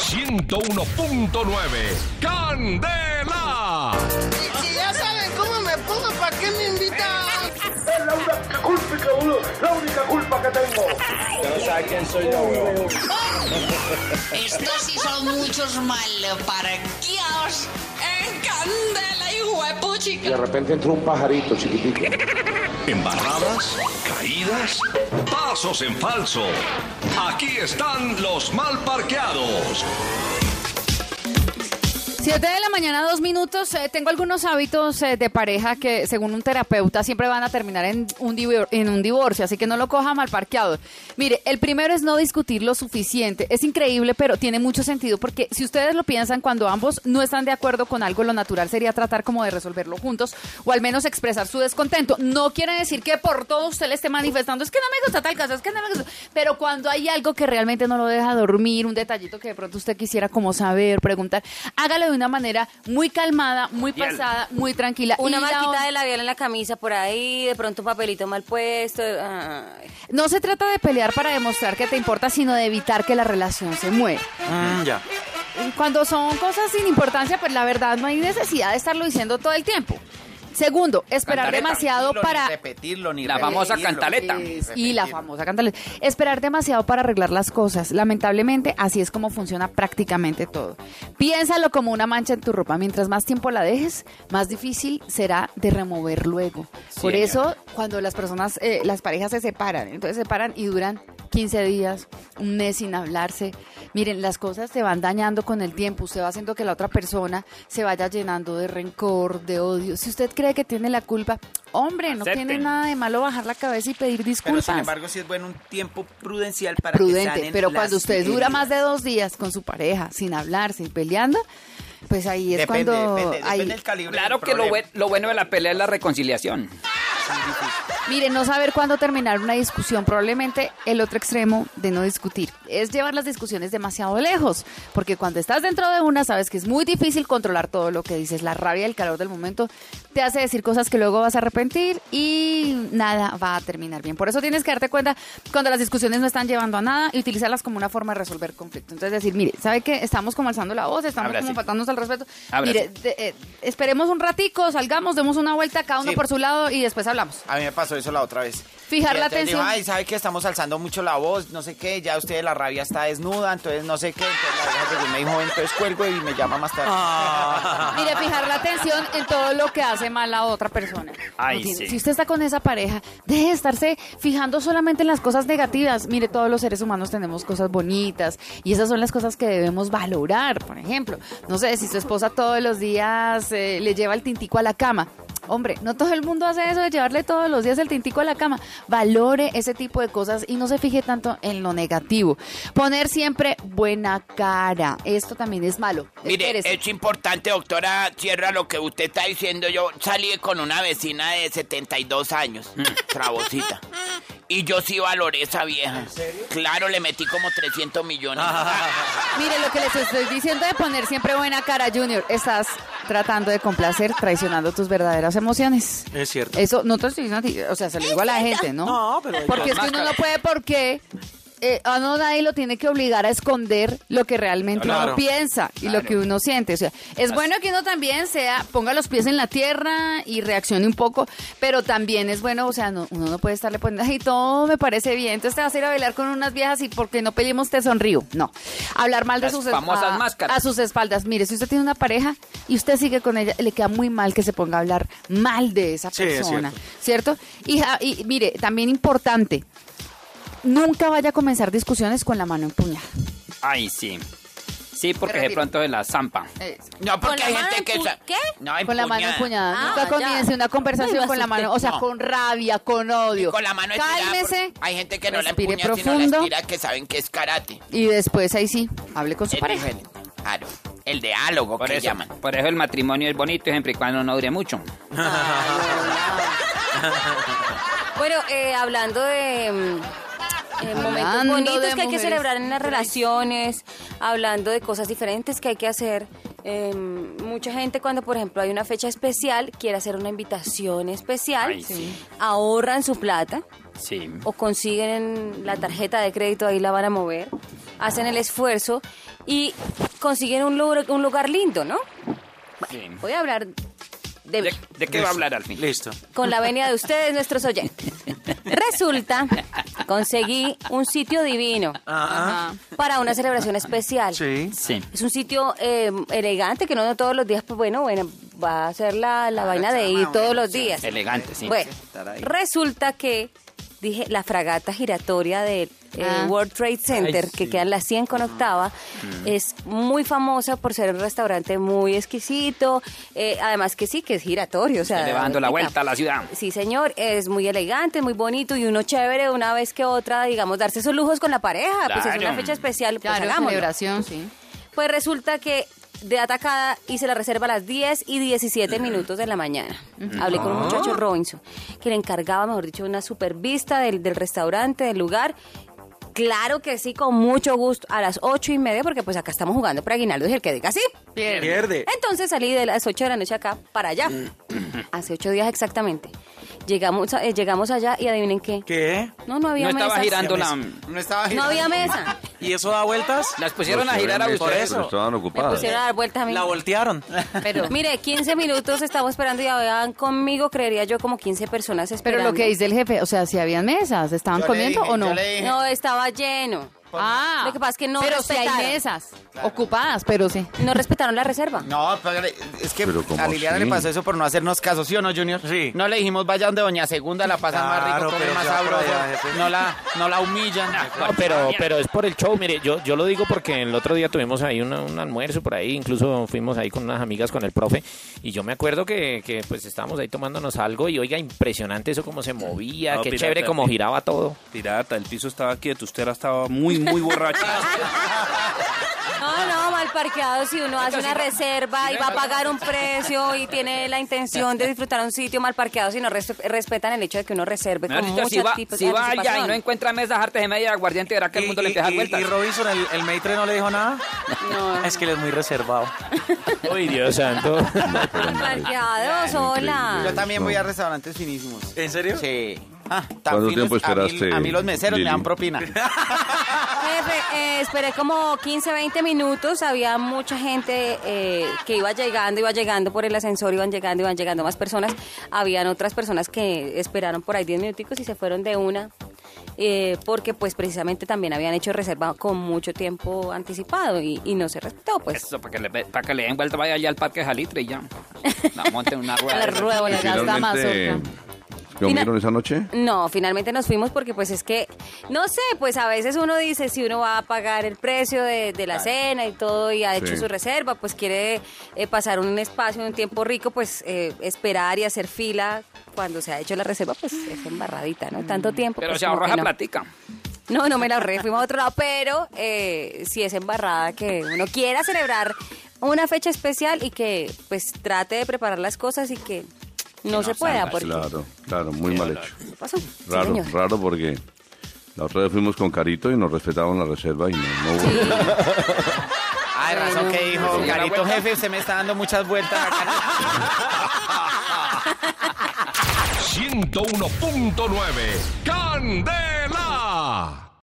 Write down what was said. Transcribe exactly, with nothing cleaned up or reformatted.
ciento uno punto nueve. ¡Candela! Y si ya saben cómo me pongo, ¿para qué me invitan? Es la única culpa que uno, la única culpa que tengo. Yo no sé quién soy yo, weón. Estos sí son muchos malparqueados en Candela y huepuchica. De repente entró un pajarito chiquitito. Embarradas, caídas, pasos en falso. Aquí están los mal parqueados. Siete de la mañana, dos minutos. Eh, tengo algunos hábitos eh, de pareja que, según un terapeuta, siempre van a terminar en un, divor- en un divorcio, así que no lo coja mal parqueado. Mire, el primero es no discutir lo suficiente. Es increíble, pero tiene mucho sentido, porque si ustedes lo piensan, cuando ambos no están de acuerdo con algo, lo natural sería tratar como de resolverlo juntos, o al menos expresar su descontento. No quiere decir que por todo usted le esté manifestando, es que no me gusta tal cosa, es que no me gusta. Pero cuando hay algo que realmente no lo deja dormir, un detallito que de pronto usted quisiera como saber, preguntar, hágalo de una manera muy calmada, muy pasada, muy tranquila. Una Y la marquita o- de labial en la camisa por ahí, de pronto un papelito mal puesto. Ay. No se trata de pelear para demostrar que te importa, sino de evitar que la relación se muera. Mm, ya. Cuando son cosas sin importancia, pues la verdad no hay necesidad de estarlo diciendo todo el tiempo. Segundo, esperar Cantaré demasiado tranquilo, para... Ni repetirlo, ni La famosa repetirlo. cantaleta. Es- y la famosa cantaleta. Esperar demasiado para arreglar las cosas. Lamentablemente, así es como funciona prácticamente todo. Piénsalo como una mancha en tu ropa. Mientras más tiempo la dejes, más difícil será de remover luego. Por señor. eso, cuando las personas, eh, las parejas se separan, entonces se separan y duran quince días, un mes sin hablarse. Miren, las cosas se van dañando con el tiempo. Usted va haciendo que la otra persona se vaya llenando de rencor, de odio. Si usted cree que tiene la culpa, hombre, no Acepten. tiene nada de malo bajar la cabeza y pedir Pero disculpas. sin embargo sí es bueno un tiempo prudencial para que Prudente, sanen pero las cuando usted dura heridas. más de dos días con su pareja sin hablarse y peleando, pues ahí es Depende, cuando depende, ahí- depende del calibre Claro del que lo, problema. buen- lo bueno de la pelea es la reconciliación. Mire, no saber cuándo terminar una discusión, probablemente el otro extremo de no discutir, es llevar las discusiones demasiado lejos, porque cuando estás dentro de una sabes que es muy difícil controlar todo lo que dices, la rabia y el calor del momento te hace decir cosas que luego vas a arrepentir y nada va a terminar bien. Por eso tienes que darte cuenta cuando las discusiones no están llevando a nada y utilizarlas como una forma de resolver conflictos. Entonces decir, mire, ¿sabe qué? Estamos como alzando la voz, estamos Ahora como sí. faltándonos al respeto. Ahora Mire, sí. de- eh, esperemos un ratico, salgamos, demos una vuelta cada uno Sí. por su lado y después hablamos. A mí me pasó eso la otra vez. Fijar Y la entonces dijo, atención. ay, ¿sabe que estamos alzando mucho la voz? No sé qué, ya usted de la rabia está desnuda, entonces no sé qué. Entonces la vieja llegó y me dijo, entonces cuelgo y me llama más tarde. Mire, fijar la atención en todo lo que hace mal la otra persona. Ay, No tiene- sí. Si usted está con esa pareja, deje de estarse fijando solamente en las cosas negativas. Mire, todos los seres humanos tenemos cosas bonitas y esas son las cosas que debemos valorar. Por ejemplo, no sé, si su esposa todos los días eh, le lleva el tintico a la cama. Hombre, no todo el mundo hace eso de llevarle todos los días el tintico a la cama. Valore ese tipo de cosas y no se fije tanto en lo negativo. Poner siempre buena cara. Esto también es malo. Mire, Espérese. es importante, doctora Sierra, lo que usted está diciendo. Yo salí con una vecina de setenta y dos años, Trabosita. Y yo sí valoré esa vieja. ¿En serio? Claro, le metí como trescientos millones. Mire, lo que les estoy diciendo de poner siempre buena cara, Junior, estás tratando de complacer, traicionando tus verdaderas emociones. Es cierto. Eso no te estoy diciendo a ti, o sea, se lo digo a la gente, ¿no? No, pero hay porque es que uno no puede, porque eh, a uno nadie lo tiene que obligar a esconder lo que realmente Claro. uno piensa y lo que uno siente. O sea, es bueno que uno también sea, ponga los pies en la tierra y reaccione un poco, pero también es bueno, o sea, no, uno no puede estarle poniendo, ay, todo me parece bien, entonces te vas a ir a bailar con unas viejas y porque no peleemos te sonrío. No. Hablar mal de Las sus famosas a- máscaras. a sus espaldas. Mire, si usted tiene una pareja y usted sigue con ella, le queda muy mal que se ponga a hablar mal de esa Sí, es persona, ¿cierto? Y, ja- y mire, también importante, nunca vaya a comenzar discusiones con la mano empuñada. Ay, sí. Sí, porque Me de retiro. pronto de la zampa. Eh, No, porque ¿Con hay la gente mano que... empu- sa- qué? No, con la mano empuñada. Ah, Nunca ya. comience una conversación Ay, con la me mano, o sea, No. con rabia, con odio. Con la mano estirada. Cálmese. porque Hay gente que no la respire empuña, sino la profundo. estira, que saben que es karate. Y después ahí sí, hable con su Es pareja. diferente. Claro. El diálogo Por que eso, llaman. por eso el matrimonio es bonito siempre y cuando no dure mucho. Bueno, eh, hablando de mm, eh, momentos Hablando bonitos de que hay que mujeres. celebrar en las relaciones, hablando de cosas diferentes que hay que hacer. eh, mucha gente cuando, por ejemplo, hay una fecha especial, quiere hacer una invitación especial, Ay, sí. ahorran su plata Sí. o consiguen la tarjeta de crédito, ahí la van a mover. hacen el esfuerzo y consiguen un lugar, un lugar lindo, ¿no? Sí. Voy a hablar de, ¿De, de qué va a hablar al fin? Listo. con la venia de ustedes, nuestros oyentes. Resulta, conseguí un sitio divino Ajá. para una celebración especial. Sí. Sí. Es un sitio eh, elegante que no, no todos los días, pues bueno, bueno, va a ser la, la vaina de ir todos los días. Elegante, sí. Bueno, resulta que dije la fragata giratoria del eh, Ah. World Trade Center, Ay, que sí. queda en la cien con octava, es muy famosa por ser un restaurante muy exquisito, eh, además que sí, que es giratorio, o sea, Se le va dando la vuelta a la ciudad. Sí, señor, es muy elegante, muy bonito y uno chévere una vez que otra, digamos, darse esos lujos con la pareja, pues es Claro. una fecha especial, pues Claro, hagámoslo. celebración, sí. Pues resulta que de atacada hice la reserva a las diez y diecisiete minutos de la mañana. Hablé con un muchacho Robinson, que le encargaba, mejor dicho, una super vista del, del restaurante, del lugar. Claro que sí, con mucho gusto, a las ocho y media, porque pues acá estamos jugando para aguinaldos y el que diga sí. Pierde. Entonces salí de las ocho de la noche acá para allá, hace ocho días exactamente. Llegamos, a- eh, llegamos allá y adivinen qué. ¿Qué? No, no había No estaba mesas. girando la... No estaba No girando. había mesa. ¿Y eso da vueltas? Las pusieron a girar a Por ustedes. eso. Estaban Me ocupadas. pusieron a dar vueltas a mí. La voltearon. Pero mire, quince minutos estamos esperando y habían conmigo, creería yo, como quince personas Pero esperando. lo que dice el jefe, o sea, si habían mesas, ¿estaban Yo le comiendo dije, o no? yo le dije, No, estaba lleno. Ah, Lo que pasa es que no pero si hay respetaron. mesas ocupadas, pero sí. No respetaron la reserva. No, págale. Es que Pero ¿cómo a Liliana así? le pasó eso por no hacernos caso, ¿sí o no, Junior? Sí. No le dijimos vaya donde Doña Segunda la pasan más Claro, rico, come pero más se va por sabroso. allá, jefe. No la, no la humillan. No, pero, pero es por el show, mire, yo, yo lo digo porque el otro día tuvimos ahí una- un almuerzo por ahí, incluso fuimos ahí con unas amigas con el profe, y yo me acuerdo que, que pues estábamos ahí tomándonos algo, y oiga, impresionante eso cómo se movía, No, qué pirata, chévere cómo pi- giraba todo. Pirata, el piso estaba quieto, usted estaba muy, muy borracha. No, no, mal parqueado. Si uno hace una reserva y va a pagar un precio y tiene la intención de disfrutar un sitio mal parqueado, si no res- respetan el hecho de que uno reserve con Mejor dicho, muchos si va, tipos si de va allá y anticipación. no encuentra mesas artes de media aguardiente, verá que el mundo le empieza a dar vueltas. y Robinson, el, el maitre, no le dijo nada? No. Es que él es muy reservado. Uy, Dios santo. Mal parqueado, sola. Yo también voy a restaurantes finísimos. ¿En serio? Sí. Ah, tan ¿Cuánto finos, tiempo a esperaste, mí, a mí los meseros Lili? me dan propina. Jefe, eh, esperé como quince, veinte minutos. Había mucha gente eh, que iba llegando, iba llegando por el ascensor, iban llegando, iban llegando más personas. Habían otras personas que esperaron por ahí diez minuticos y se fueron de una. eh, porque pues precisamente también habían hecho reserva con mucho tiempo anticipado y, y no se respetó, pues. Eso, para que, le, para que le den vuelta, vaya allá al Parque Jalitre y ya. La monten una rueda. A la de esas. rueda, bueno, ya está más Finalmente, cerca. ¿comieron esa noche? No, finalmente nos fuimos porque pues es que, no sé, pues a veces uno dice si uno va a pagar el precio de, de la cena y todo y ha hecho Sí. su reserva, pues quiere eh, pasar un espacio, un tiempo rico, pues eh, esperar y hacer fila cuando se ha hecho la reserva, pues es embarradita, ¿no? Tanto tiempo. Pero pues, se como ahorra que esa no. platica. No, no me la ahorré, fuimos a otro lado, pero eh, sí es embarrada que uno quiera celebrar una fecha especial y que pues trate de preparar las cosas y que no, se pueda, porque Claro, claro, muy mal hecho. ¿qué pasó? Sí, Raro, señor. raro porque la otra vez fuimos con Carito y nos respetaban la reserva y no, no hubo. Ay, razón que dijo, Sí. Carito jefe, usted me está dando muchas vueltas acá. ciento uno punto nueve Candela.